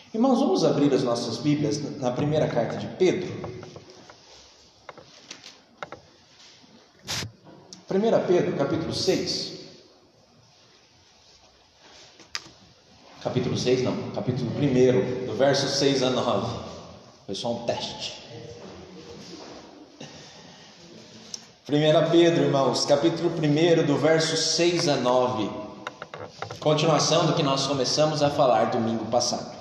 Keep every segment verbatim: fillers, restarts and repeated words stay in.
Irmãos, vamos abrir as nossas Bíblias na primeira carta de Pedro. primeira Pedro, capítulo seis. Capítulo seis, não, capítulo um, do verso seis a nove. Foi só um teste. primeira Pedro, irmãos, capítulo um, do verso seis a nove. Continuação do que nós começamos a falar domingo passado.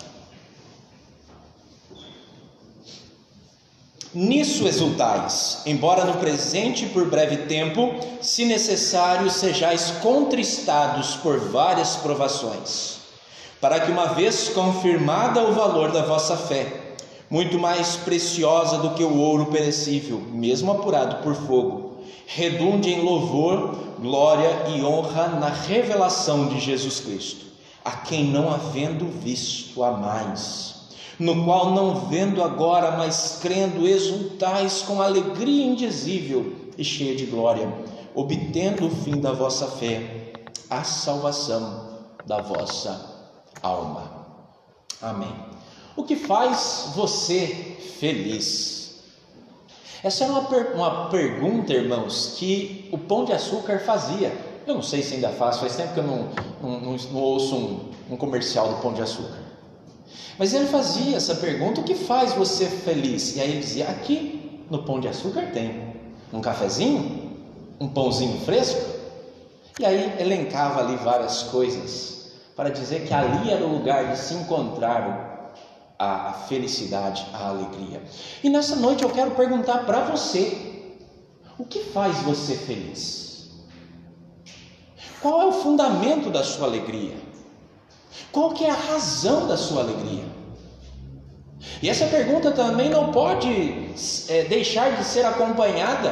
Nisso exultais, embora no presente por breve tempo, se necessário, sejais contristados por várias provações, para que, uma vez confirmada o valor da vossa fé, muito mais preciosa do que o ouro perecível, mesmo apurado por fogo, redunde em louvor, glória e honra na revelação de Jesus Cristo, a quem não havendo visto amais, no qual não vendo agora, mas crendo, exultais com alegria indizível e cheia de glória, obtendo o fim da vossa fé, a salvação da vossa alma. Amém. O que faz você feliz? Essa é uma, per- uma pergunta, irmãos, que o Pão de Açúcar fazia. Eu não sei se ainda faz, faz tempo que eu não, não, não, não ouço um, um comercial do Pão de Açúcar. Mas ele fazia essa pergunta: o que faz você feliz? E aí ele dizia: aqui no Pão de Açúcar tem um cafezinho, um pãozinho fresco. E aí elencava ali várias coisas para dizer que ali era o lugar de se encontrar a, a felicidade, a alegria. E nessa noite eu quero perguntar para você: o que faz você feliz? Qual é o fundamento da sua alegria? Qual que é a razão da sua alegria? E essa pergunta também não pode é, deixar de ser acompanhada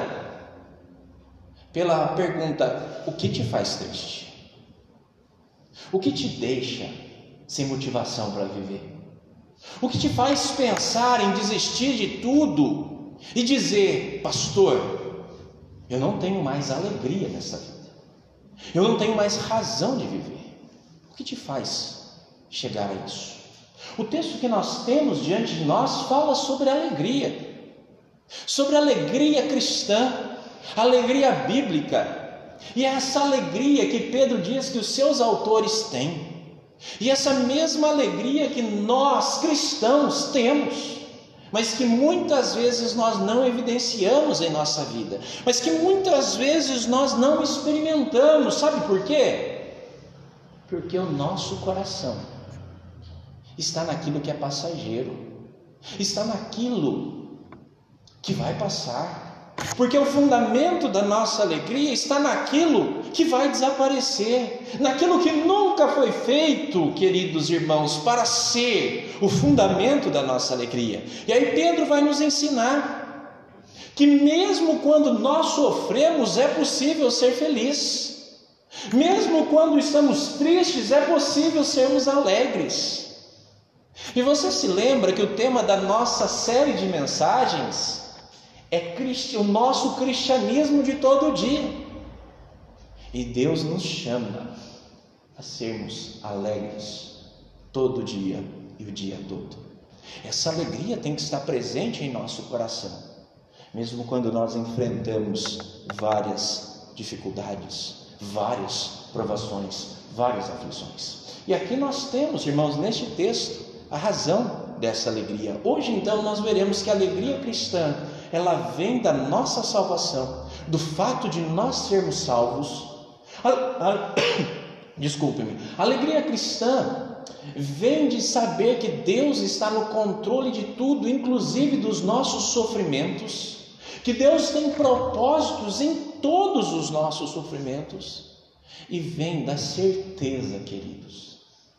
pela pergunta: o que te faz triste? O que te deixa sem motivação para viver? O que te faz pensar em desistir de tudo e dizer: pastor, eu não tenho mais alegria nessa vida, eu não tenho mais razão de viver? O que te faz chegar a isso? O texto que nós temos diante de nós fala sobre alegria, sobre alegria cristã, alegria bíblica. E é essa alegria que Pedro diz que os seus autores têm, e essa mesma alegria que nós cristãos temos, mas que muitas vezes nós não evidenciamos em nossa vida, mas que muitas vezes nós não experimentamos. Sabe por quê? Porque o nosso coração está naquilo que é passageiro, está naquilo que vai passar, porque o fundamento da nossa alegria está naquilo que vai desaparecer, naquilo que nunca foi feito, queridos irmãos, para ser o fundamento da nossa alegria. E aí Pedro vai nos ensinar que mesmo quando nós sofremos, é possível ser feliz. Mesmo quando estamos tristes, é possível sermos alegres. E você se lembra que o tema da nossa série de mensagens é o nosso cristianismo de todo dia. E Deus nos chama a sermos alegres todo dia e o dia todo. Essa alegria tem que estar presente em nosso coração, mesmo quando nós enfrentamos várias dificuldades, várias provações, várias aflições. E aqui nós temos, irmãos, neste texto, a razão dessa alegria. Hoje então nós veremos que a alegria cristã, ela vem da nossa salvação, do fato de nós sermos salvos. A, a, desculpe-me, a alegria cristã vem de saber que Deus está no controle de tudo, inclusive dos nossos sofrimentos, que Deus tem propósitos em todos os nossos sofrimentos, e vem da certeza, queridos,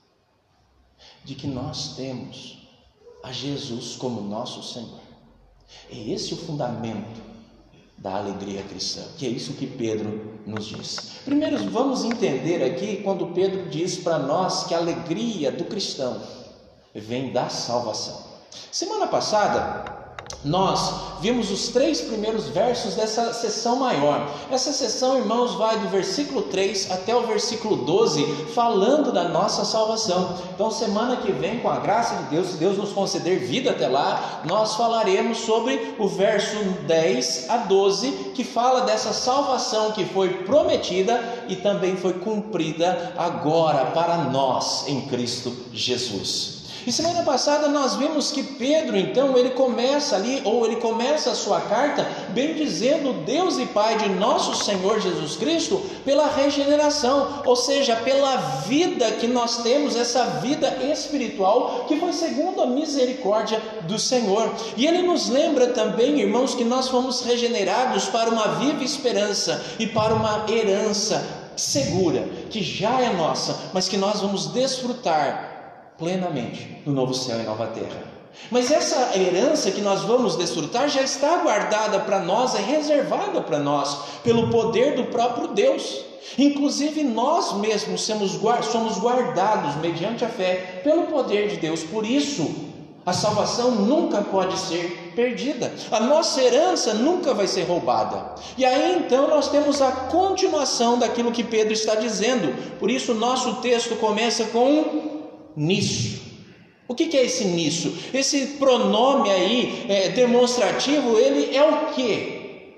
de que nós temos a Jesus como nosso Senhor. É esse o fundamento da alegria cristã, que é isso que Pedro nos diz. Primeiro vamos entender aqui quando Pedro diz para nós que a alegria do cristão vem da salvação. Semana passada nós vimos os três primeiros versos dessa sessão maior. Essa sessão, irmãos, vai do versículo três até o versículo doze, falando da nossa salvação. Então, semana que vem, com a graça de Deus, se Deus nos conceder vida até lá, nós falaremos sobre o verso dez a doze, que fala dessa salvação que foi prometida e também foi cumprida agora para nós em Cristo Jesus. E semana passada nós vimos que Pedro, então, ele começa ali, ou ele começa a sua carta, bem dizendo Deus e Pai de nosso Senhor Jesus Cristo, pela regeneração, ou seja, pela vida que nós temos, essa vida espiritual, que foi segundo a misericórdia do Senhor. E ele nos lembra também, irmãos, que nós fomos regenerados para uma viva esperança e para uma herança segura, que já é nossa, mas que nós vamos desfrutar plenamente no novo céu e nova terra. Mas essa herança que nós vamos desfrutar já está guardada para nós, é reservada para nós pelo poder do próprio Deus. Inclusive nós mesmos somos guardados mediante a fé pelo poder de Deus. Por isso a salvação nunca pode ser perdida, a nossa herança nunca vai ser roubada. E aí então nós temos a continuação daquilo que Pedro está dizendo. Por isso o nosso texto começa com nisso. O que é esse nisso? Esse pronome aí é, demonstrativo, ele é o quê?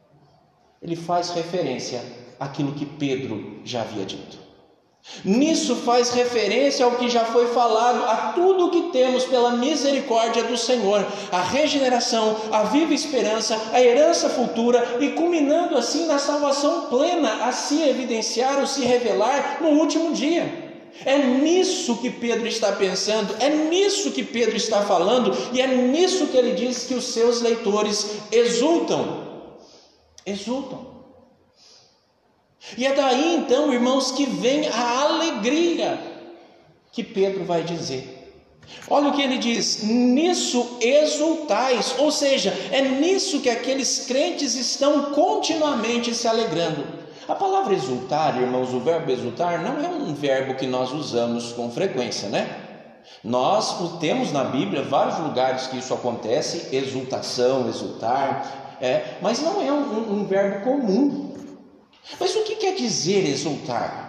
Ele faz referência àquilo que Pedro já havia dito. Nisso faz referência ao que já foi falado, a tudo o que temos pela misericórdia do Senhor, a regeneração, a viva esperança, a herança futura e culminando assim na salvação plena a se evidenciar ou se revelar no último dia. É nisso que Pedro está pensando, é nisso que Pedro está falando, e é nisso que ele diz que os seus leitores exultam. Exultam. E é daí então, irmãos, que vem a alegria que Pedro vai dizer. Olha o que ele diz: nisso exultais, ou seja, é nisso que aqueles crentes estão continuamente se alegrando. A palavra exultar, irmãos, o verbo exultar não é um verbo que nós usamos com frequência, né? Nós temos na Bíblia vários lugares que isso acontece, exultação, exultar, é, mas não é um, um verbo comum. Mas o que quer dizer exultar?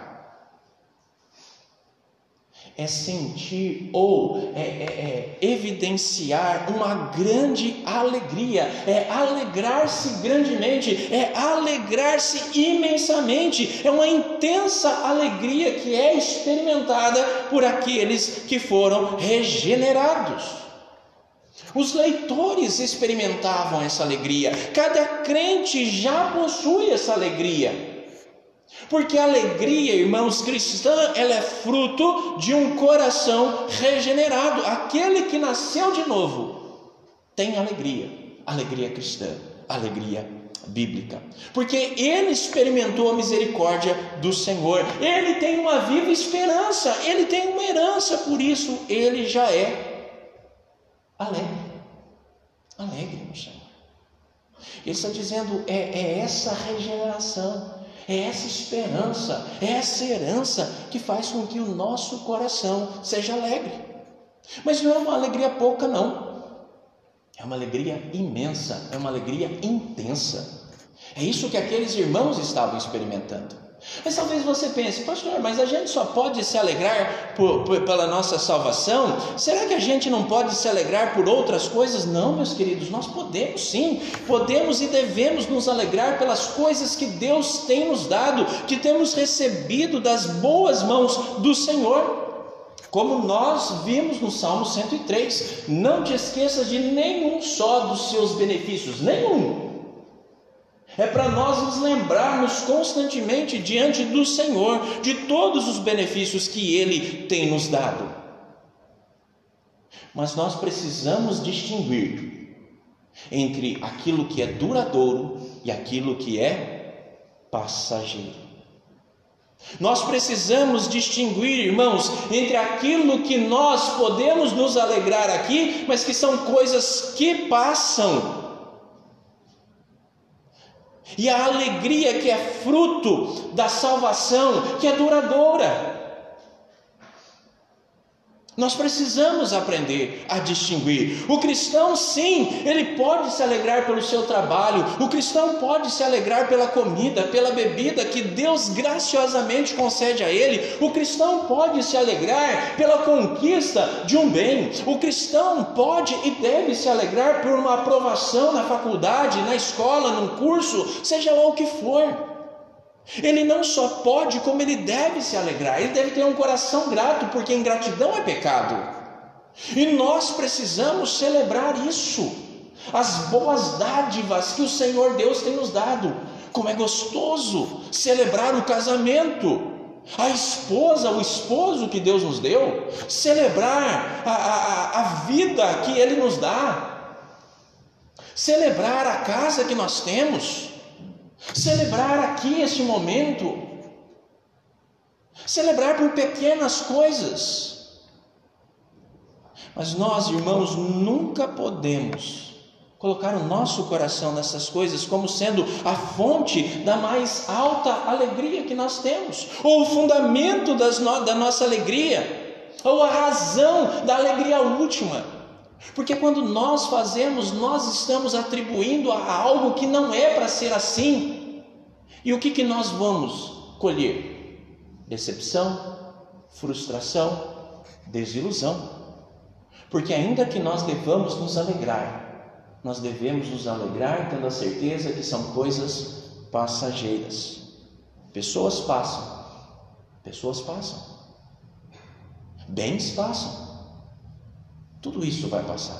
É sentir ou é, é, é evidenciar uma grande alegria, é alegrar-se grandemente, é alegrar-se imensamente, é uma intensa alegria que é experimentada por aqueles que foram regenerados. Os leitores experimentavam essa alegria, cada crente já possui essa alegria. Porque a alegria, irmãos, cristã, ela é fruto de um coração regenerado. Aquele que nasceu de novo tem alegria, alegria cristã, alegria bíblica. Porque ele experimentou a misericórdia do Senhor, ele tem uma viva esperança, ele tem uma herança, por isso ele já é alegre, alegre no Senhor. Ele está dizendo, é, é essa regeneração, é essa esperança, é essa herança que faz com que o nosso coração seja alegre. Mas não é uma alegria pouca, não. É uma alegria imensa, é uma alegria intensa. É isso que aqueles irmãos estavam experimentando. Mas talvez você pense, pastor, mas a gente só pode se alegrar por, por, pela nossa salvação? Será que a gente não pode se alegrar por outras coisas? Não, meus queridos, nós podemos sim, podemos e devemos nos alegrar pelas coisas que Deus tem nos dado, que temos recebido das boas mãos do Senhor. Como nós vimos no Salmo cento e três, não te esqueças de nenhum só dos seus benefícios, nenhum. É para nós nos lembrarmos constantemente diante do Senhor de todos os benefícios que Ele tem nos dado. Mas nós precisamos distinguir entre aquilo que é duradouro e aquilo que é passageiro. Nós precisamos distinguir, irmãos, entre aquilo que nós podemos nos alegrar aqui, mas que são coisas que passam, e a alegria que é fruto da salvação, que é duradoura. Nós precisamos aprender a distinguir. O cristão, sim, ele pode se alegrar pelo seu trabalho. O cristão pode se alegrar pela comida, pela bebida que Deus graciosamente concede a ele. O cristão pode se alegrar pela conquista de um bem. O cristão pode e deve se alegrar por uma aprovação na faculdade, na escola, num curso, seja lá o que for. Ele não só pode, como ele deve se alegrar. Ele deve ter um coração grato, porque ingratidão é pecado. E nós precisamos celebrar isso, as boas dádivas que o Senhor Deus tem nos dado. Como é gostoso celebrar o casamento, a esposa, o esposo que Deus nos deu, celebrar a, a, a vida que Ele nos dá, celebrar a casa que nós temos, celebrar aqui este momento, celebrar por pequenas coisas. Mas nós, irmãos, nunca podemos colocar o nosso coração nessas coisas como sendo a fonte da mais alta alegria que nós temos, ou o fundamento das no... da nossa alegria, ou a razão da alegria última. Porque quando nós fazemos, nós estamos atribuindo a algo que não é para ser assim. E o que, que nós vamos colher? Decepção, frustração, desilusão. Porque ainda que nós devamos nos alegrar, nós devemos nos alegrar tendo a certeza que são coisas passageiras. Pessoas passam, pessoas passam, bens passam. Tudo isso vai passar.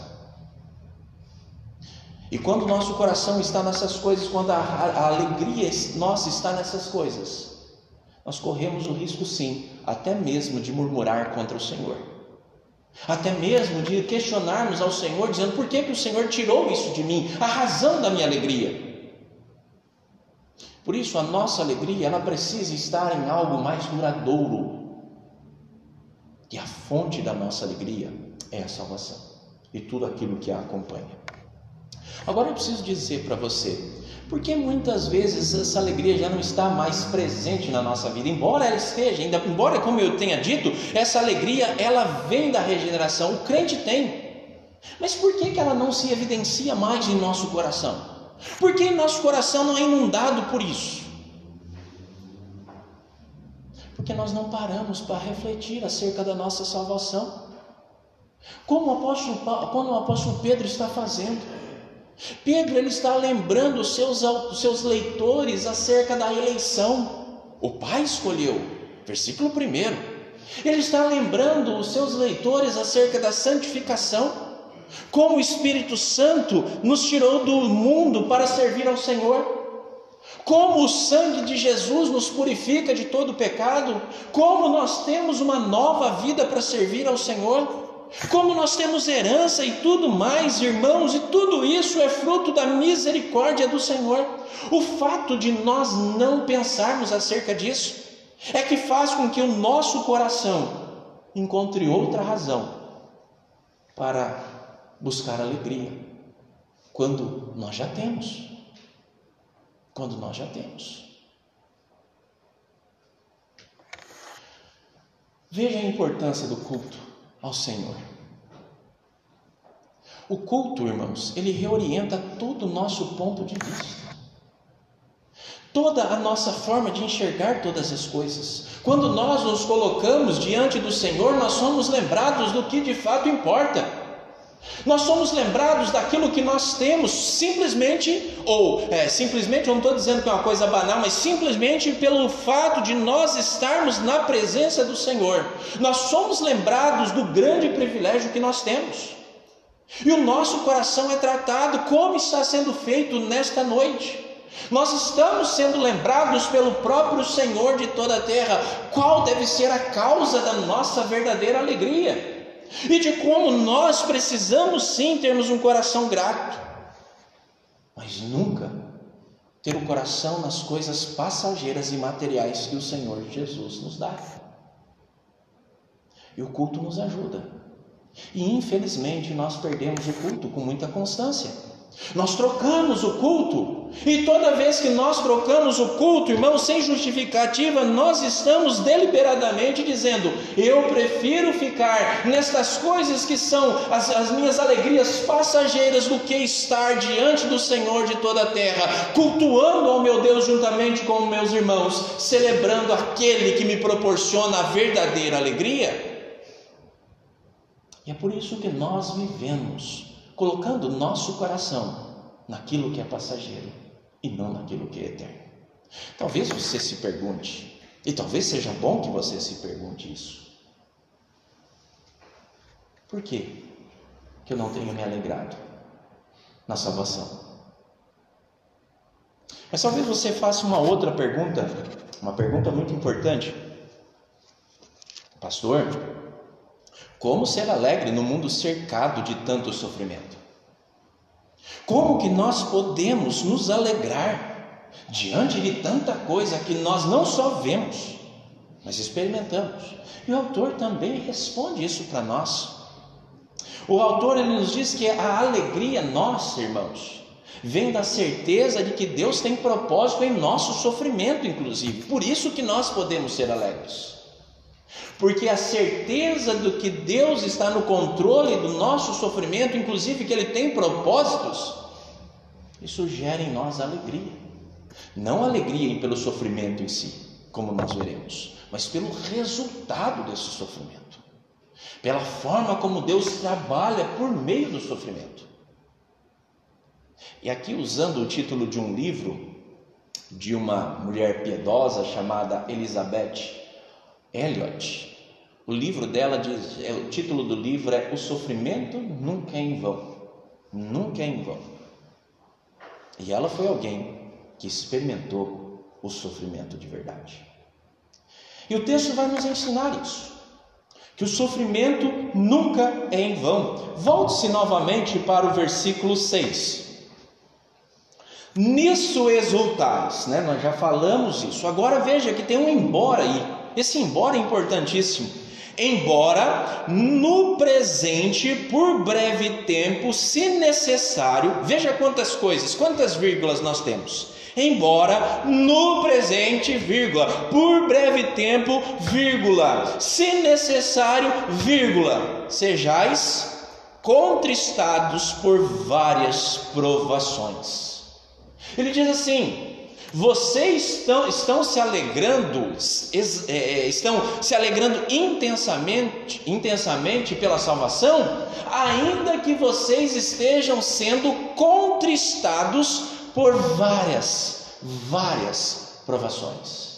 E quando o nosso coração está nessas coisas, quando a, a alegria nossa está nessas coisas, nós corremos o risco, sim, até mesmo de murmurar contra o Senhor. Até mesmo de questionarmos ao Senhor, dizendo: por que que o Senhor tirou isso de mim? A razão da minha alegria. Por isso, a nossa alegria, ela precisa estar em algo mais duradouro. E a fonte da nossa alegria é a salvação e tudo aquilo que a acompanha. Agora eu preciso dizer para você, porque muitas vezes essa alegria já não está mais presente na nossa vida, embora ela esteja, ainda, embora, como eu tenha dito, essa alegria ela vem da regeneração, o crente tem, mas por que que ela não se evidencia mais em nosso coração? Por que nosso coração não é inundado por isso? Porque nós não paramos para refletir acerca da nossa salvação, como o apóstolo, como o apóstolo Pedro está fazendo. Pedro ele está lembrando os seus, os seus leitores acerca da eleição. O Pai escolheu, versículo primeiro. Ele está lembrando os seus leitores acerca da santificação, como o Espírito Santo nos tirou do mundo para servir ao Senhor, como o sangue de Jesus nos purifica de todo pecado, como nós temos uma nova vida para servir ao Senhor, como nós temos herança e tudo mais, irmãos, e tudo isso é fruto da misericórdia do Senhor. O fato de nós não pensarmos acerca disso é que faz com que o nosso coração encontre outra razão para buscar alegria, quando nós já temos, quando nós já temos. Veja a importância do culto ao Senhor. O culto, irmãos, ele reorienta todo o nosso ponto de vista, toda a nossa forma de enxergar todas as coisas. Quando nós nos colocamos diante do Senhor, nós somos lembrados do que de fato importa. Nós somos lembrados daquilo que nós temos, simplesmente, ou é, simplesmente, eu não estou dizendo que é uma coisa banal, mas simplesmente pelo fato de nós estarmos na presença do Senhor. Nós somos lembrados do grande privilégio que nós temos. E o nosso coração é tratado como está sendo feito nesta noite. Nós estamos sendo lembrados pelo próprio Senhor de toda a terra qual deve ser a causa da nossa verdadeira alegria. E de como nós precisamos sim termos um coração grato, mas nunca ter o coração nas coisas passageiras e materiais que o Senhor Jesus nos dá. E o culto nos ajuda. E infelizmente nós perdemos o culto com muita constância. Nós trocamos o culto, e toda vez que nós trocamos o culto, irmãos, sem justificativa, nós estamos deliberadamente dizendo: eu prefiro ficar nestas coisas que são as, as minhas alegrias passageiras, do que estar diante do Senhor de toda a terra, cultuando ao meu Deus juntamente com meus irmãos, celebrando aquele que me proporciona a verdadeira alegria. E é por isso que nós vivemos colocando o nosso coração naquilo que é passageiro e não naquilo que é eterno. Talvez você se pergunte, e talvez seja bom que você se pergunte isso: por que que eu não tenho me alegrado na salvação? Mas talvez você faça uma outra pergunta, uma pergunta muito importante: pastor, como ser alegre no mundo cercado de tanto sofrimento? Como que nós podemos nos alegrar diante de tanta coisa que nós não só vemos, mas experimentamos? E o autor também responde isso para nós. O autor, ele nos diz que a alegria nossa, irmãos, vem da certeza de que Deus tem propósito em nosso sofrimento, inclusive. Por isso que nós podemos ser alegres. Porque a certeza do que Deus está no controle do nosso sofrimento, inclusive que Ele tem propósitos, isso gera em nós alegria. Não alegria pelo sofrimento em si, como nós veremos, mas pelo resultado desse sofrimento, pela forma como Deus trabalha por meio do sofrimento. E aqui, usando o título de um livro de uma mulher piedosa chamada Elizabeth Elliot, o livro dela diz, é, o título do livro é: O Sofrimento Nunca é em Vão. Nunca é em vão. E ela foi alguém que experimentou o sofrimento de verdade. E o texto vai nos ensinar isso, que o sofrimento nunca é em vão. Volte-se novamente para o versículo seis. Nisso exultais, né? Nós já falamos isso. Agora veja que tem um embora aí. Esse embora é importantíssimo. Embora no presente, por breve tempo, se necessário. Veja quantas coisas, quantas vírgulas nós temos. Embora no presente, vírgula, por breve tempo, vírgula, se necessário, vírgula, sejais contristados por várias provações. Ele diz assim: vocês estão, estão se alegrando, es, é, estão se alegrando intensamente, intensamente pela salvação, ainda que vocês estejam sendo contristados por várias, várias provações.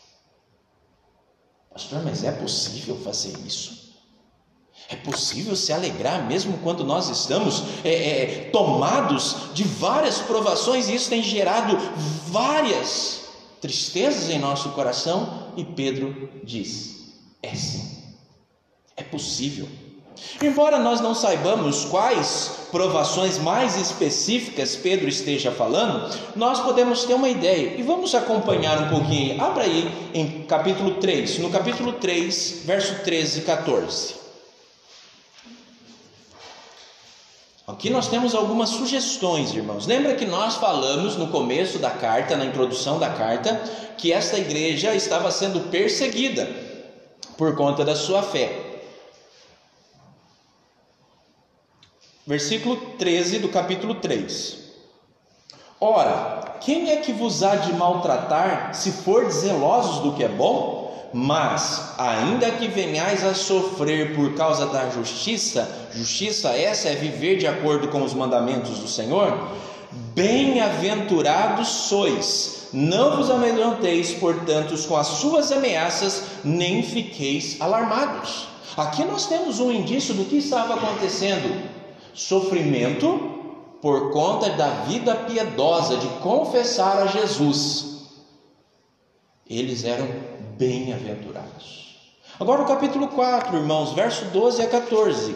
Pastor, mas é possível fazer isso? É possível se alegrar mesmo quando nós estamos é, é, tomados de várias provações, e isso tem gerado várias tristezas em nosso coração? E Pedro diz: é sim, é possível. Embora nós não saibamos quais provações mais específicas Pedro esteja falando, nós podemos ter uma ideia, e vamos acompanhar um pouquinho. Abra aí em capítulo três, no capítulo três, verso treze e quatorze. Aqui nós temos algumas sugestões, irmãos. Lembra que nós falamos no começo da carta, na introdução da carta, que esta igreja estava sendo perseguida por conta da sua fé. Versículo treze do capítulo três. Ora, quem é que vos há de maltratar, se fordes zelosos do que é bom? Mas, ainda que venhais a sofrer por causa da justiça, justiça essa é viver de acordo com os mandamentos do Senhor, bem-aventurados sois, não vos amedronteis, portanto, com as suas ameaças, nem fiqueis alarmados. Aqui nós temos um indício do que estava acontecendo: sofrimento por conta da vida piedosa, de confessar a Jesus. Eles eram bem-aventurados. Agora o capítulo quatro, irmãos, verso doze a quatorze.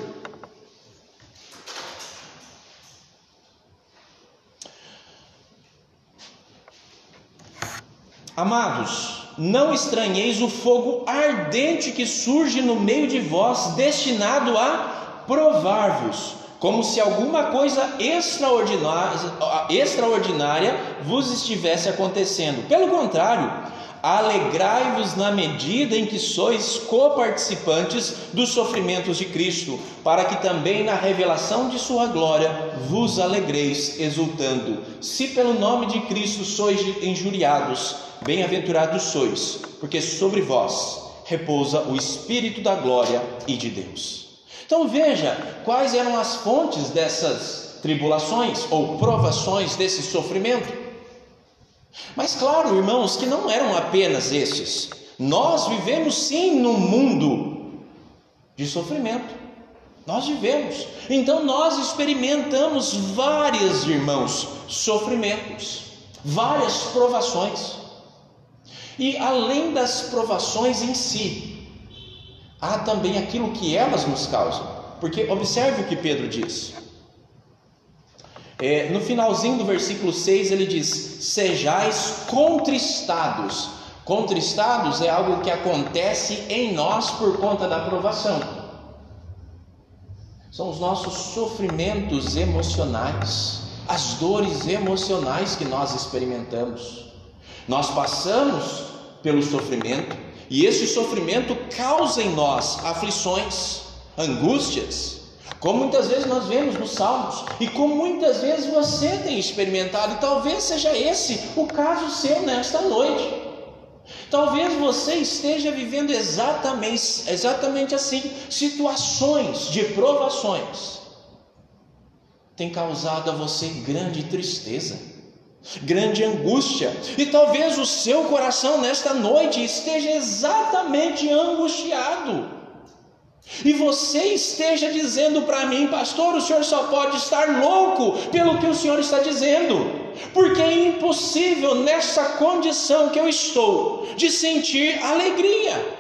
Amados, não estranheis o fogo ardente que surge no meio de vós, destinado a provar-vos, como se alguma coisa extraordinária, extraordinária vos estivesse acontecendo. Pelo contrário, alegrai-vos na medida em que sois coparticipantes dos sofrimentos de Cristo, para que também na revelação de sua glória vos alegreis, exultando. Se pelo nome de Cristo sois injuriados, bem-aventurados sois, porque sobre vós repousa o Espírito da glória e de Deus. Então veja quais eram as fontes dessas tribulações ou provações desse sofrimento. Mas claro, irmãos, que não eram apenas esses. Nós vivemos sim num mundo de sofrimento. Nós vivemos. Então nós experimentamos vários, irmãos, sofrimentos, várias provações. E além das provações em si, há também aquilo que elas nos causam. Porque observe o que Pedro diz. É, no finalzinho do versículo seis ele diz: sejais contristados. Contristados é algo que acontece em nós por conta da provação. São os nossos sofrimentos emocionais, as dores emocionais que nós experimentamos. Nós passamos pelo sofrimento, e esse sofrimento causa em nós aflições, angústias, como muitas vezes nós vemos nos Salmos, e como muitas vezes você tem experimentado, e talvez seja esse o caso seu nesta noite. Talvez você esteja vivendo exatamente, exatamente assim, situações de provações, tem causado a você grande tristeza, grande angústia, e talvez o seu coração nesta noite esteja exatamente angustiado, e você esteja dizendo para mim: pastor, o senhor só pode estar louco pelo que o senhor está dizendo, porque é impossível nessa condição que eu estou de sentir alegria,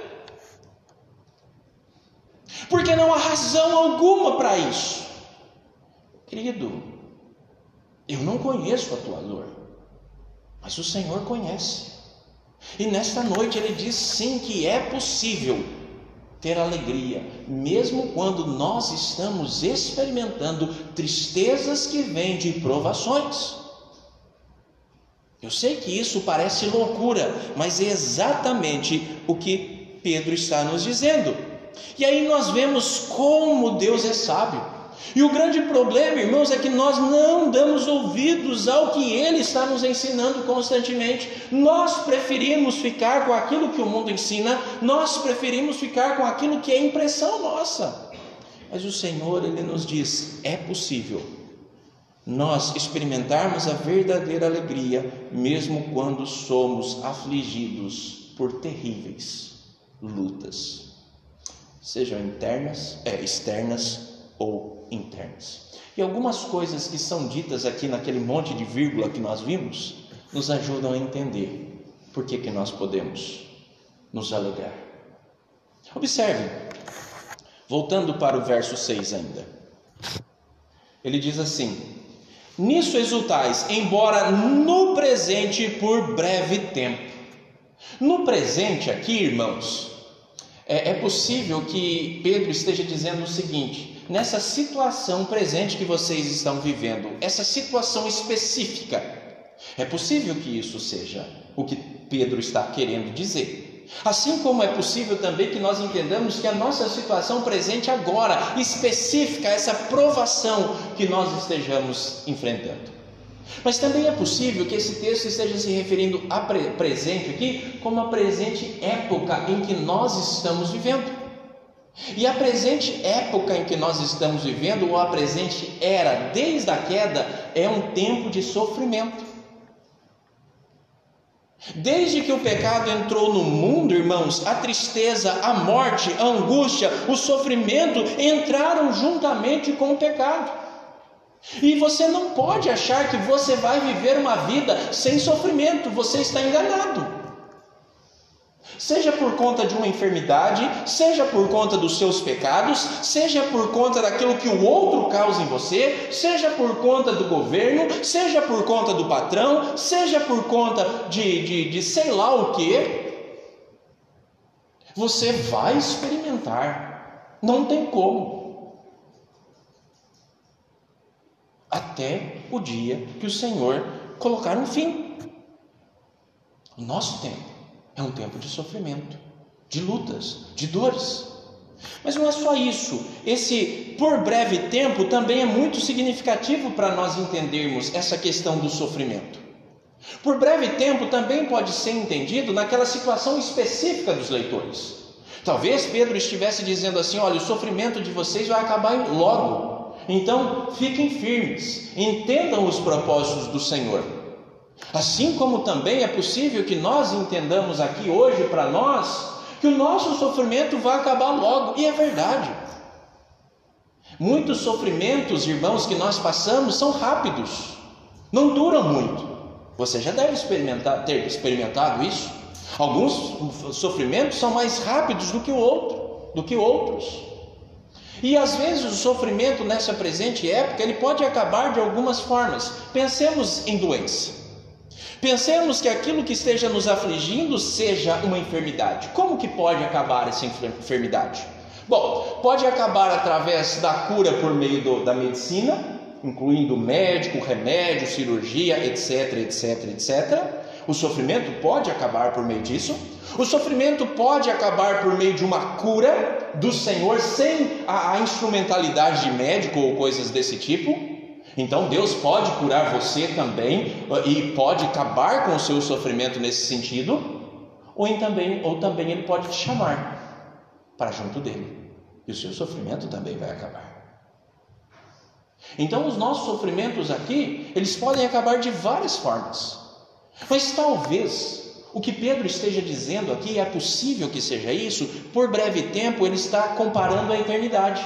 porque não há razão alguma para isso. Querido, eu não conheço a tua dor, mas o Senhor conhece. E nesta noite Ele diz sim que é possível ter alegria, mesmo quando nós estamos experimentando tristezas que vêm de provações. Eu sei que isso parece loucura, mas é exatamente o que Pedro está nos dizendo. E aí nós vemos como Deus é sábio. E o grande problema, irmãos, é que nós não damos ouvidos ao que Ele está nos ensinando constantemente. Nós preferimos ficar com aquilo que o mundo ensina, nós preferimos ficar com aquilo que é impressão nossa. Mas o Senhor, Ele nos diz: é possível nós experimentarmos a verdadeira alegria, mesmo quando somos afligidos por terríveis lutas, sejam internas, é, externas ou internas. E algumas coisas que são ditas aqui naquele monte de vírgula que nós vimos nos ajudam a entender por que que nós podemos nos alegrar. Observe, voltando para o verso seis ainda, ele diz assim: nisso exultais, embora no presente por breve tempo. No presente aqui, irmãos, é, é possível que Pedro esteja dizendo o seguinte: nessa situação presente que vocês estão vivendo, essa situação específica, é possível que isso seja o que Pedro está querendo dizer. Assim como é possível também que nós entendamos que a nossa situação presente agora, específica, essa provação que nós estejamos enfrentando. Mas também é possível que esse texto esteja se referindo a pre- presente aqui, como a presente época em que nós estamos vivendo. E a presente época em que nós estamos vivendo, ou a presente era, desde a queda, é um tempo de sofrimento. Desde que o pecado entrou no mundo, irmãos, a tristeza, a morte, a angústia, o sofrimento entraram juntamente com o pecado. E você não pode achar que você vai viver uma vida sem sofrimento, você está enganado. Seja por conta de uma enfermidade, seja por conta dos seus pecados, seja por conta daquilo que o outro causa em você, seja por conta do governo, seja por conta do patrão, seja por conta de, de, de sei lá o que, você vai experimentar, não tem como. até o dia que o Senhor colocar um fim. O nosso tempo é um tempo de sofrimento, de lutas, de dores. Mas não é só isso. Esse por breve tempo também é muito significativo para nós entendermos essa questão do sofrimento. Por breve tempo também pode ser entendido naquela situação específica dos leitores. Talvez Pedro estivesse dizendo assim: olha, o sofrimento de vocês vai acabar logo, então fiquem firmes, entendam os propósitos do Senhor. Assim como também é possível que nós entendamos aqui hoje para nós que o nosso sofrimento vai acabar logo, e é verdade. Muitos sofrimentos, irmãos, que nós passamos são rápidos, não duram muito. Você já deve experimentar, ter experimentado isso. Alguns sofrimentos são mais rápidos do que o outro, do que outros. E às vezes o sofrimento nessa presente época, ele pode acabar de algumas formas. Pensemos em doença. Pensemos que aquilo que esteja nos afligindo seja uma enfermidade. Como que pode acabar essa enfermidade? Bom, pode acabar através da cura por meio do, da medicina, incluindo médico, remédio, cirurgia, etc, etc, etcétera. O sofrimento pode acabar por meio disso. O sofrimento pode acabar por meio de uma cura do Senhor, sem a, a instrumentalidade de médico ou coisas desse tipo. Então Deus pode curar você também e pode acabar com o seu sofrimento nesse sentido. Ou, em também, ou também Ele pode te chamar para junto dele, e o seu sofrimento também vai acabar. Então os nossos sofrimentos aqui, eles podem acabar de várias formas. Mas talvez o que Pedro esteja dizendo aqui, é possível que seja isso, por breve tempo ele está comparando a eternidade.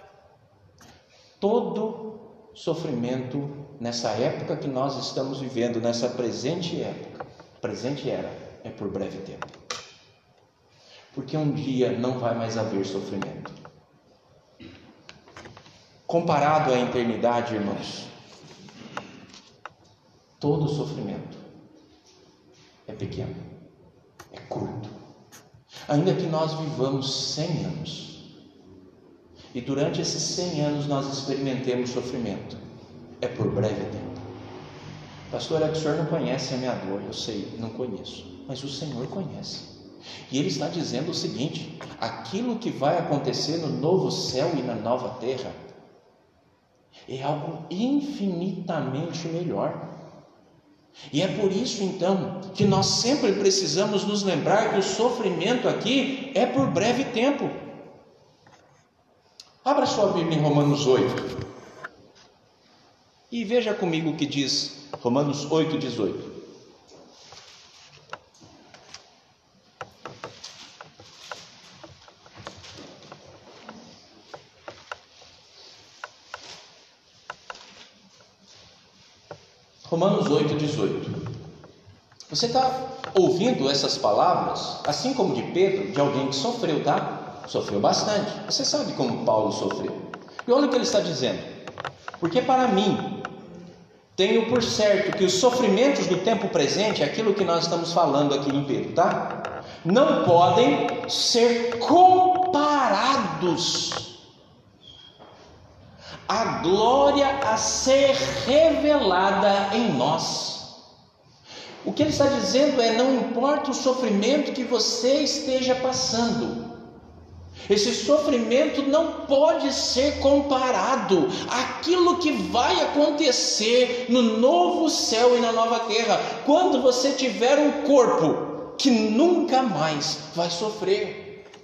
Todo sofrimento nessa época que nós estamos vivendo, nessa presente época, presente era, é por breve tempo. Porque um dia não vai mais haver sofrimento. Comparado à eternidade, irmãos, todo sofrimento é pequeno, é curto. Ainda que nós vivamos cem anos, e durante esses cem anos nós experimentemos sofrimento, é por breve tempo. Pastor, é que o senhor não conhece a minha dor. Eu sei, não conheço, mas o Senhor conhece. E Ele está dizendo o seguinte: aquilo que vai acontecer no novo céu e na nova terra é algo infinitamente melhor. E é por isso então que nós sempre precisamos nos lembrar que o sofrimento aqui é por breve tempo. Abra sua Bíblia em Romanos oito e veja comigo o que diz Romanos oito, dezoito. Romanos oito, dezoito. Você está ouvindo essas palavras, assim como de Pedro, de alguém que sofreu, tá? Sofreu bastante. Você sabe como Paulo sofreu. E olha o que ele está dizendo: porque para mim, tenho por certo que os sofrimentos do tempo presente, é aquilo que nós estamos falando aqui em Pedro, tá? Não podem ser comparados a glória a ser revelada em nós. O que ele está dizendo é: não importa o sofrimento que você esteja passando, esse sofrimento não pode ser comparado àquilo que vai acontecer no novo céu e na nova terra, quando você tiver um corpo que nunca mais vai sofrer.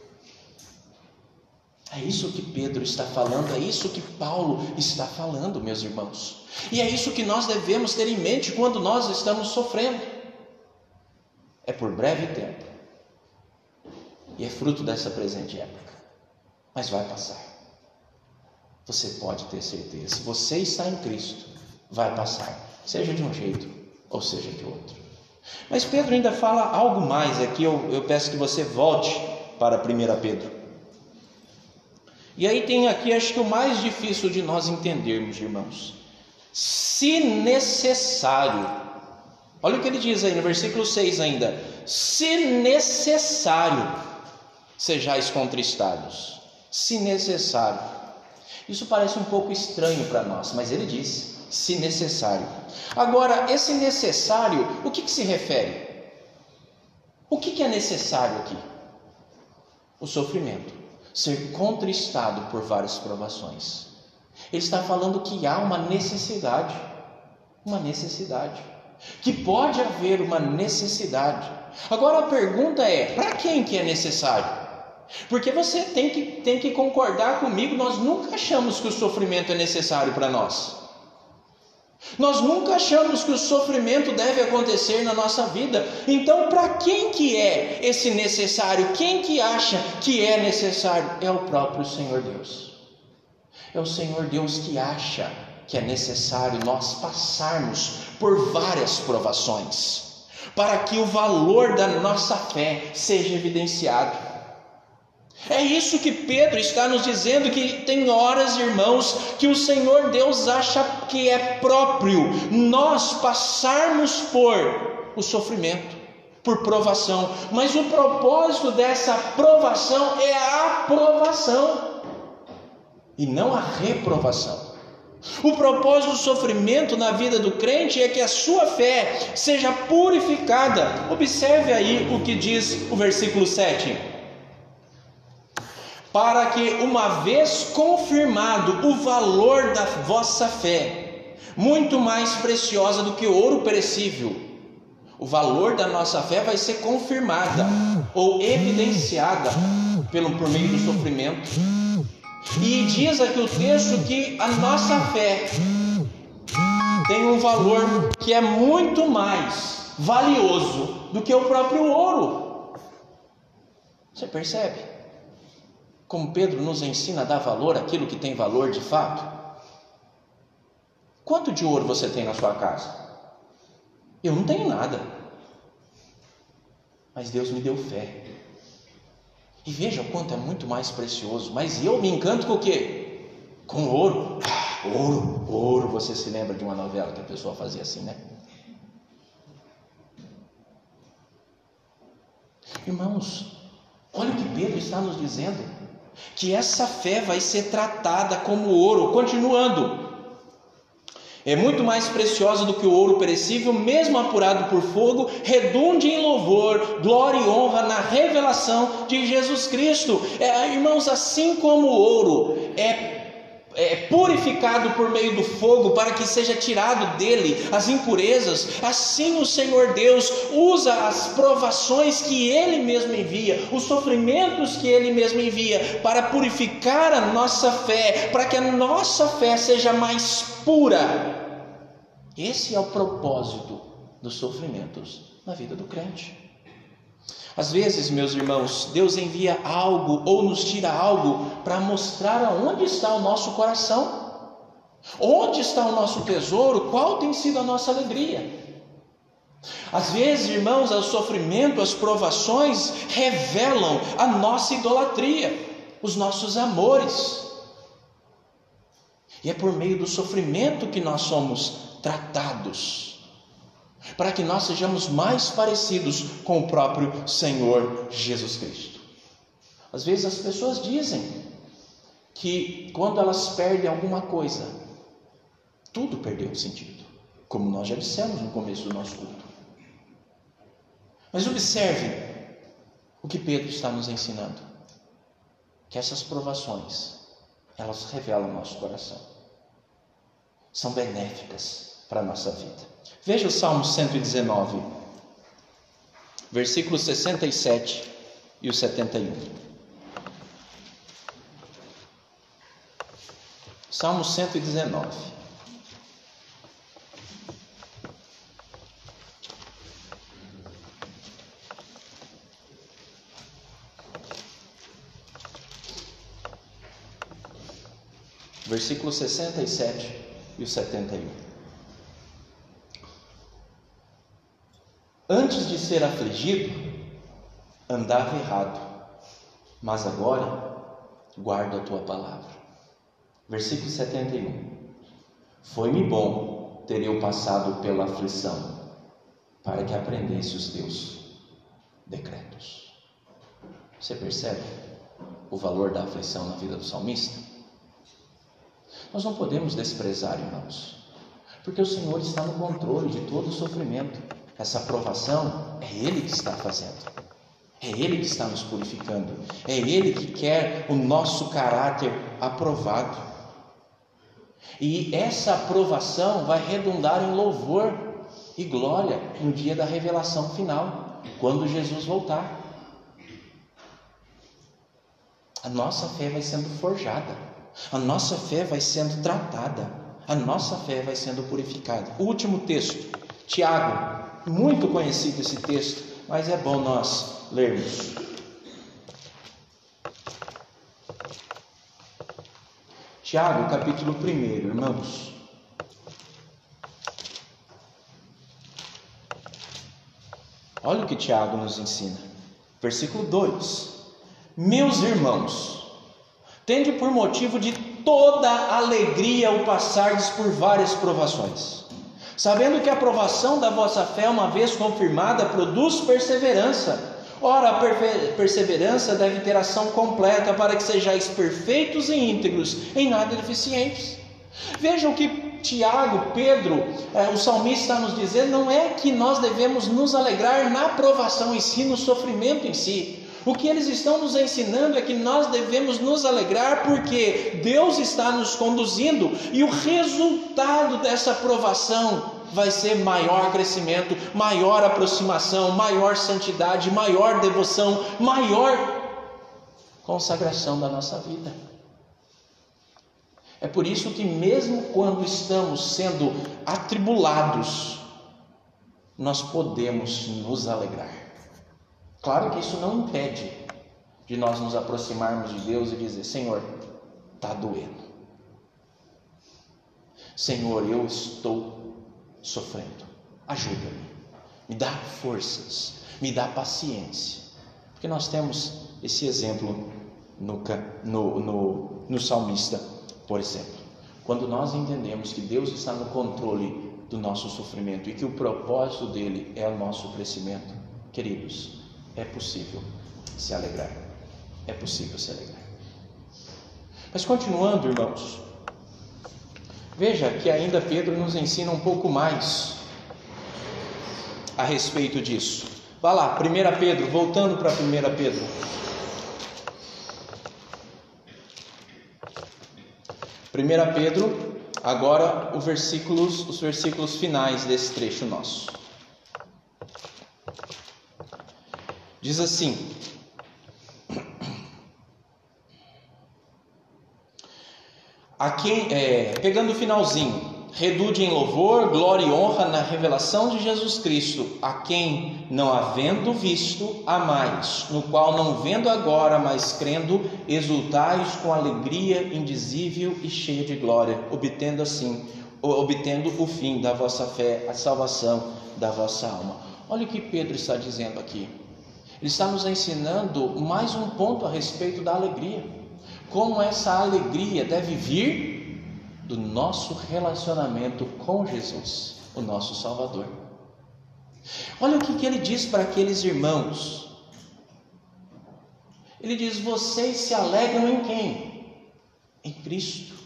É isso que Pedro está falando, é isso que Paulo está falando, meus irmãos. E é isso que nós devemos ter em mente quando nós estamos sofrendo. É por breve tempo, e é fruto dessa presente época, mas vai passar. Você pode ter certeza, se você está em Cristo, vai passar, seja de um jeito ou seja de outro. Mas Pedro ainda fala algo mais aqui. Eu, eu peço que você volte para primeira Pedro. E aí tem aqui, acho que o mais difícil de nós entendermos, irmãos. Se necessário, olha o que ele diz aí no versículo seis ainda: se necessário, sejais contristados. Se necessário. Isso parece um pouco estranho para nós, mas ele diz: se necessário. Agora, esse necessário, o que, que se refere? O que, que é necessário aqui? O sofrimento, ser contristado por várias provações. Ele está falando que há uma necessidade, uma necessidade, que pode haver uma necessidade. Agora a pergunta é, para quem que é necessário? Porque você tem que, tem que concordar comigo, nós nunca achamos que o sofrimento é necessário para nós. Nós nunca achamos que o sofrimento deve acontecer na nossa vida. Então, para quem que é esse necessário? Quem que acha que é necessário? É o próprio Senhor Deus. É o Senhor Deus que acha que é necessário nós passarmos por várias provações, para que o valor da nossa fé seja evidenciado. É isso que Pedro está nos dizendo, que tem horas, irmãos, que o Senhor Deus acha que é próprio nós passarmos por o sofrimento, por provação. Mas o propósito dessa provação é a aprovação e não a reprovação. O propósito do sofrimento na vida do crente é que a sua fé seja purificada. Observe aí o que diz o versículo sete. Para que, uma vez confirmado o valor da vossa fé, muito mais preciosa do que ouro perecível, o valor da nossa fé vai ser confirmada ou evidenciada pelo, por meio do sofrimento. E diz aqui o texto que a nossa fé tem um valor que é muito mais valioso do que o próprio ouro. Você percebe? Como Pedro nos ensina a dar valor àquilo que tem valor de fato. Quanto de ouro você tem na sua casa? Eu não tenho nada, mas Deus me deu fé. E veja o quanto é muito mais precioso. Mas eu me encanto com o quê? Com ouro. Ah, ouro, ouro. Você se lembra de uma novela que a pessoa fazia assim, né? Irmãos, olha o que Pedro está nos dizendo, que essa fé vai ser tratada como ouro. Continuando, é muito mais preciosa do que o ouro perecível, mesmo apurado por fogo, redunde em louvor, glória e honra na revelação de Jesus Cristo. É, irmãos, assim como o ouro é É purificado por meio do fogo para que seja tirado dele as impurezas, assim o Senhor Deus usa as provações que Ele mesmo envia, os sofrimentos que Ele mesmo envia, para purificar a nossa fé, para que a nossa fé seja mais pura. Esse é o propósito dos sofrimentos na vida do crente. Às vezes, meus irmãos, Deus envia algo ou nos tira algo para mostrar aonde está o nosso coração, onde está o nosso tesouro, qual tem sido a nossa alegria. Às vezes, irmãos, o sofrimento, as provações revelam a nossa idolatria, os nossos amores. E é por meio do sofrimento que nós somos tratados, para que nós sejamos mais parecidos com o próprio Senhor Jesus Cristo. Às vezes as pessoas dizem que quando elas perdem alguma coisa, tudo perdeu o sentido, como nós já dissemos no começo do nosso culto. Mas observe o que Pedro está nos ensinando, que essas provações, elas revelam o nosso coração, são benéficas para a nossa vida. Veja o Salmo cento e dezenove, versículos sessenta e sete e o setenta e um. Salmo cento e dezenove. Versículos sessenta e sete e o setenta e um. Antes de ser afligido, andava errado, mas agora guardo a tua palavra. Versículo setenta e um. Foi-me bom ter eu passado pela aflição, para que aprendesse os teus decretos. Você percebe o valor da aflição na vida do salmista? Nós não podemos desprezar, irmãos, Porque o Senhor está no controle de todo o sofrimento. Essa provação é Ele que está fazendo. É Ele que está nos purificando. É Ele que quer o nosso caráter aprovado. E essa aprovação vai redundar em louvor e glória no dia da revelação final, quando Jesus voltar. A nossa fé vai sendo forjada, a nossa fé vai sendo tratada, a nossa fé vai sendo purificada. O último texto, Tiago, muito conhecido esse texto, mas é bom nós lermos. Tiago, capítulo um, irmãos. Olha o que Tiago nos ensina. Versículo dois. Meus irmãos, tende por motivo de toda alegria o passardes por várias provações, sabendo que a provação da vossa fé, uma vez confirmada, produz perseverança. Ora, a perseverança deve ter ação completa, para que sejais perfeitos e íntegros, em nada deficientes. Vejam o que Tiago, Pedro, eh, o salmista está nos dizendo. Não é que nós devemos nos alegrar na provação em si, no sofrimento em si. O que eles estão nos ensinando é que nós devemos nos alegrar porque Deus está nos conduzindo, e o resultado dessa provação vai ser maior crescimento, maior aproximação, maior santidade, maior devoção, maior consagração da nossa vida. É por isso que mesmo quando estamos sendo atribulados, nós podemos nos alegrar. Claro que isso não impede de nós nos aproximarmos de Deus e dizer: Senhor, está doendo. Senhor, eu estou sofrendo. Ajuda-me. Me dá forças. Me dá paciência. Porque nós temos esse exemplo no, no, no, no salmista, por exemplo. Quando nós entendemos que Deus está no controle do nosso sofrimento e que o propósito dele é o nosso crescimento, queridos, é possível se alegrar. É possível se alegrar. Mas continuando, irmãos, veja que ainda Pedro nos ensina um pouco mais a respeito disso. Vá lá, primeira Pedro, voltando para primeira Pedro. primeira Pedro, agora os versículos, os versículos finais desse trecho nosso. Diz assim: a quem, é, pegando o finalzinho, redude em louvor, glória e honra na revelação de Jesus Cristo, a quem, não havendo visto, amais, no qual não vendo agora, mas crendo, exultais com alegria indizível e cheia de glória, obtendo assim, obtendo o fim da vossa fé, a salvação da vossa alma. Olha o que Pedro está dizendo aqui. Ele está nos ensinando mais um ponto a respeito da alegria. Como essa alegria deve vir do nosso relacionamento com Jesus, o nosso Salvador. Olha o que, que ele diz para aqueles irmãos. Ele diz: vocês se alegram em quem? Em Cristo.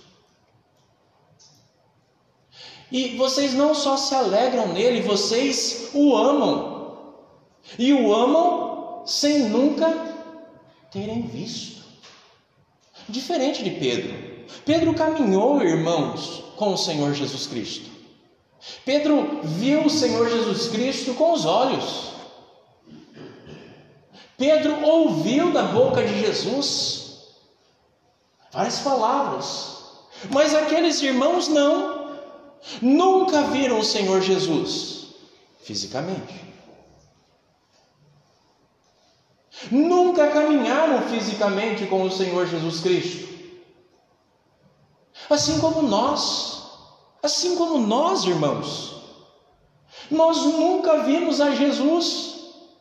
E vocês não só se alegram nele, vocês o amam. E o amam sem nunca terem visto. Diferente de Pedro. Pedro caminhou, irmãos, com o Senhor Jesus Cristo. Pedro viu o Senhor Jesus Cristo com os olhos. Pedro ouviu da boca de Jesus várias palavras. Mas aqueles irmãos não. Nunca viram o Senhor Jesus fisicamente. Nunca caminharam fisicamente com o Senhor Jesus Cristo. Assim como nós, assim como nós, irmãos, nós nunca vimos a Jesus.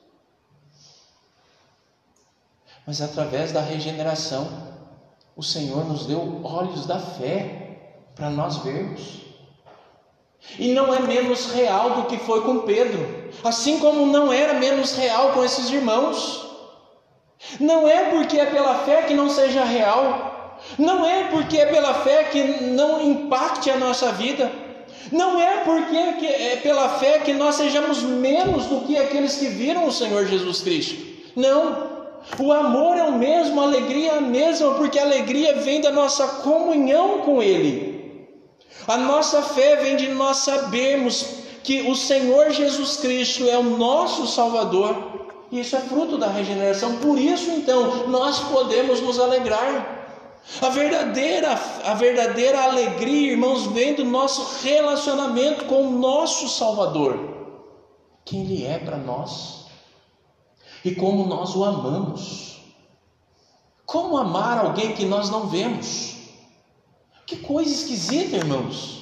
Mas através da regeneração, o Senhor nos deu olhos da fé para nós vermos. E não é menos real do que foi com Pedro, assim como não era menos real com esses irmãos. Não é porque é pela fé que não seja real, não é porque é pela fé que não impacte a nossa vida, Não é porque é pela fé que nós sejamos menos do que aqueles que viram o Senhor Jesus Cristo. Não. O amor é o mesmo, a alegria é a mesma, porque a alegria vem da nossa comunhão com Ele. A nossa fé vem de nós sabermos que o Senhor Jesus Cristo é o nosso Salvador. E isso é fruto da regeneração. Por isso, então, nós podemos nos alegrar. A verdadeira, a verdadeira alegria, irmãos, vem do nosso relacionamento com o nosso Salvador. Quem Ele é para nós. E como nós o amamos. Como amar alguém que nós não vemos? Que coisa esquisita, irmãos.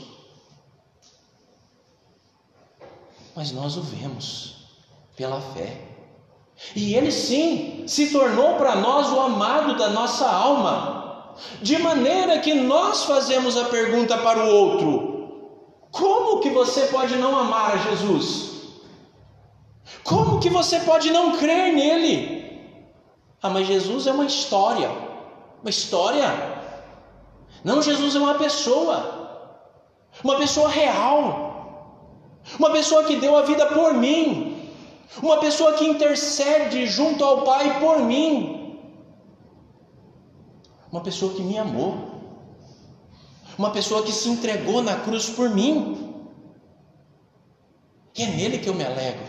Mas nós o vemos pela fé. E Ele sim se tornou para nós o amado da nossa alma. De maneira que nós fazemos a pergunta para o outro: como que você pode não amar a Jesus? Como que você pode não crer nele? Ah, mas Jesus é uma história. Uma história? Não, Jesus é uma pessoa. Uma pessoa real. Uma pessoa que deu a vida por mim. Uma pessoa que intercede junto ao Pai por mim. Uma pessoa que me amou. Uma pessoa que se entregou na cruz por mim. E é nele que eu me alegro.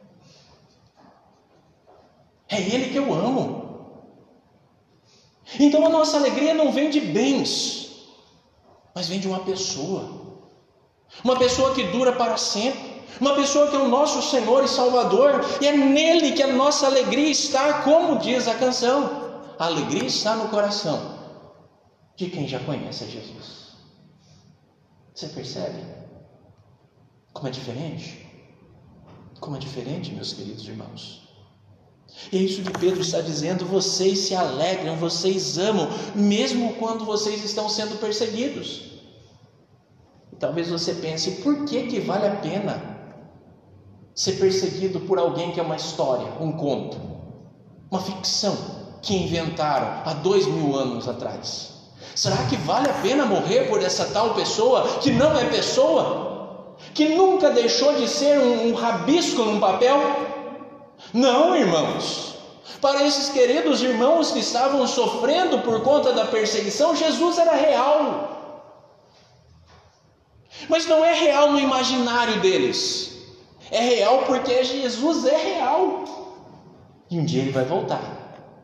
É Ele que eu amo. Então a nossa alegria não vem de bens, mas vem de uma pessoa. Uma pessoa que dura para sempre. Uma pessoa que é o nosso Senhor e Salvador. E é nele que a nossa alegria está, como diz a canção. A alegria está no coração de quem já conhece a Jesus. Você percebe como é diferente? Como é diferente, meus queridos irmãos. E é isso que Pedro está dizendo: vocês se alegram, vocês amam, mesmo quando vocês estão sendo perseguidos. E talvez você pense: por que que vale a pena ser perseguido por alguém que é uma história, um conto, uma ficção que inventaram há dois mil anos atrás? Será que vale a pena morrer por essa tal pessoa que não é pessoa? Que nunca deixou de ser um, um rabisco num papel? Não, irmãos. Para esses queridos irmãos que estavam sofrendo por conta da perseguição, Jesus era real. Mas não é real no imaginário deles. É real porque Jesus é real. E um dia Ele vai voltar.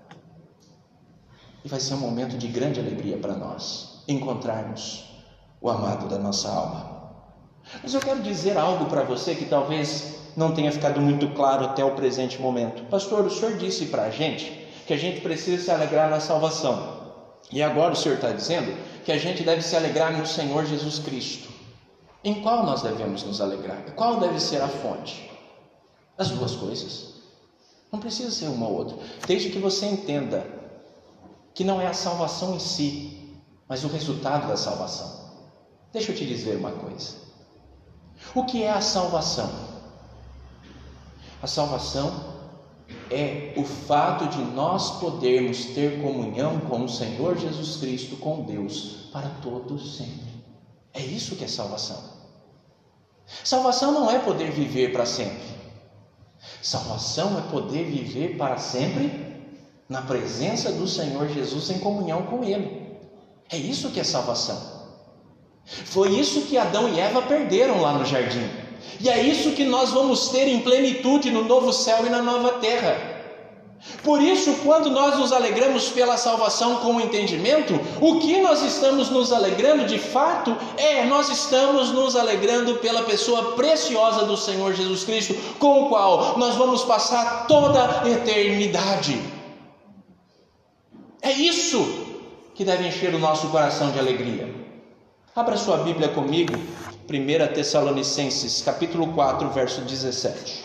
E vai ser um momento de grande alegria para nós encontrarmos o amado da nossa alma. Mas eu quero dizer algo para você que talvez não tenha ficado muito claro até o presente momento. Pastor, o senhor disse para a gente que a gente precisa se alegrar na salvação. E agora o senhor está dizendo que a gente deve se alegrar no Senhor Jesus Cristo. Em qual nós devemos nos alegrar? Qual deve ser a fonte? As duas coisas. Não precisa ser uma ou outra. Desde que você entenda que não é a salvação em si, mas o resultado da salvação. Deixa eu te dizer uma coisa. O que é a salvação? A salvação é o fato de nós podermos ter comunhão com o Senhor Jesus Cristo, com Deus, para todos sempre. É isso que é salvação. Salvação não é poder viver para sempre. Salvação é poder viver para sempre na presença do Senhor Jesus, em comunhão com Ele. É isso que é salvação. Foi isso que Adão e Eva perderam lá no jardim. E é isso que nós vamos ter em plenitude no novo céu e na nova terra. Por isso, quando nós nos alegramos pela salvação com o entendimento, o que nós estamos nos alegrando de fato é, nós estamos nos alegrando pela pessoa preciosa do Senhor Jesus Cristo, com o qual nós vamos passar toda a eternidade. É isso que deve encher o nosso coração de alegria. Abra sua Bíblia comigo, primeira Tessalonicenses, capítulo quatro, verso dezessete.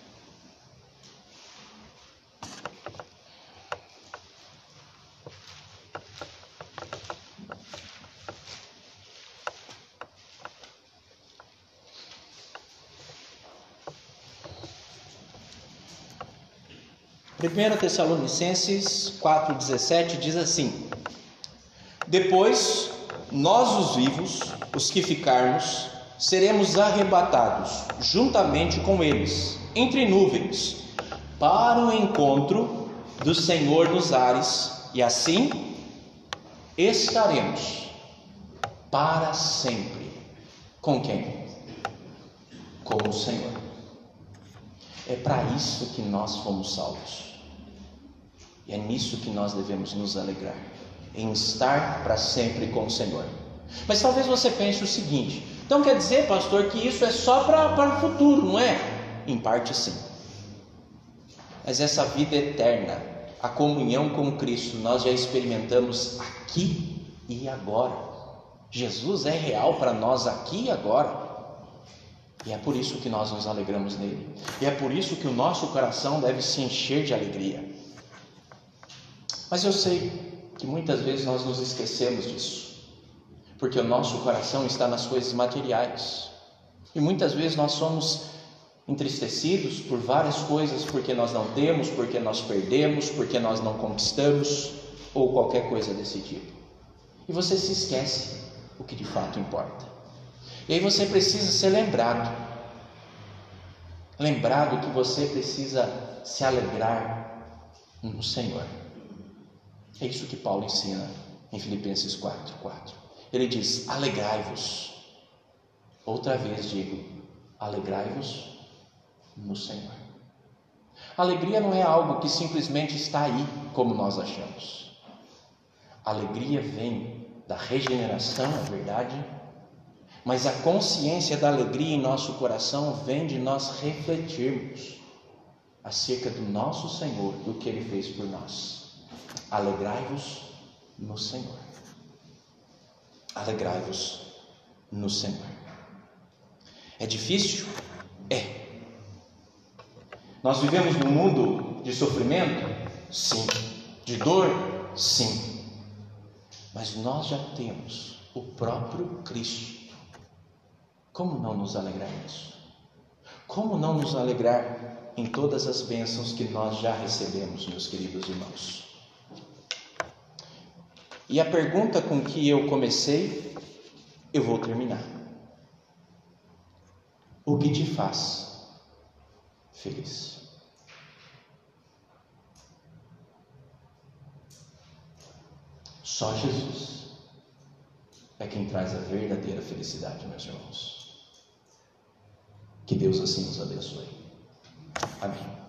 primeira Tessalonicenses quatro, dezessete diz assim: depois, nós os vivos, os que ficarmos, seremos arrebatados juntamente com eles, entre nuvens, para o encontro do Senhor nos ares, e assim estaremos para sempre. Com quem? Com o Senhor. É para isso que nós fomos salvos. E é nisso que nós devemos nos alegrar, em estar para sempre com o Senhor. Mas talvez você pense o seguinte: então quer dizer, pastor, que isso é só para, para o futuro, não é? Em parte sim. Mas essa vida eterna, a comunhão com Cristo, nós já experimentamos aqui e agora. Jesus é real para nós aqui e agora. E é por isso que nós nos alegramos nele. E é por isso que o nosso coração deve se encher de alegria. Mas eu sei que muitas vezes nós nos esquecemos disso, porque o nosso coração está nas coisas materiais. E muitas vezes nós somos entristecidos por várias coisas, porque nós não temos, porque nós perdemos, porque nós não conquistamos, ou qualquer coisa desse tipo. E você se esquece o que de fato importa. E aí você precisa ser lembrado. Lembrado que você precisa se alegrar no Senhor. É isso que Paulo ensina em Filipenses quatro, quatro. Ele diz: alegrai-vos. Outra vez digo: alegrai-vos no Senhor. Alegria não é algo que simplesmente está aí, como nós achamos. Alegria vem da regeneração, é verdade, mas a consciência da alegria em nosso coração vem de nós refletirmos acerca do nosso Senhor, do que Ele fez por nós. Alegrai-vos no Senhor. Alegrai-vos no Senhor. É difícil? É. Nós vivemos num mundo de sofrimento? Sim. De dor? Sim. Mas nós já temos o próprio Cristo. Como não nos alegrar nisso? Como não nos alegrar em todas as bênçãos que nós já recebemos, meus queridos irmãos? E a pergunta com que eu comecei, eu vou terminar. O que te faz feliz? Só Jesus é quem traz a verdadeira felicidade, meus irmãos. Que Deus assim nos abençoe. Amém.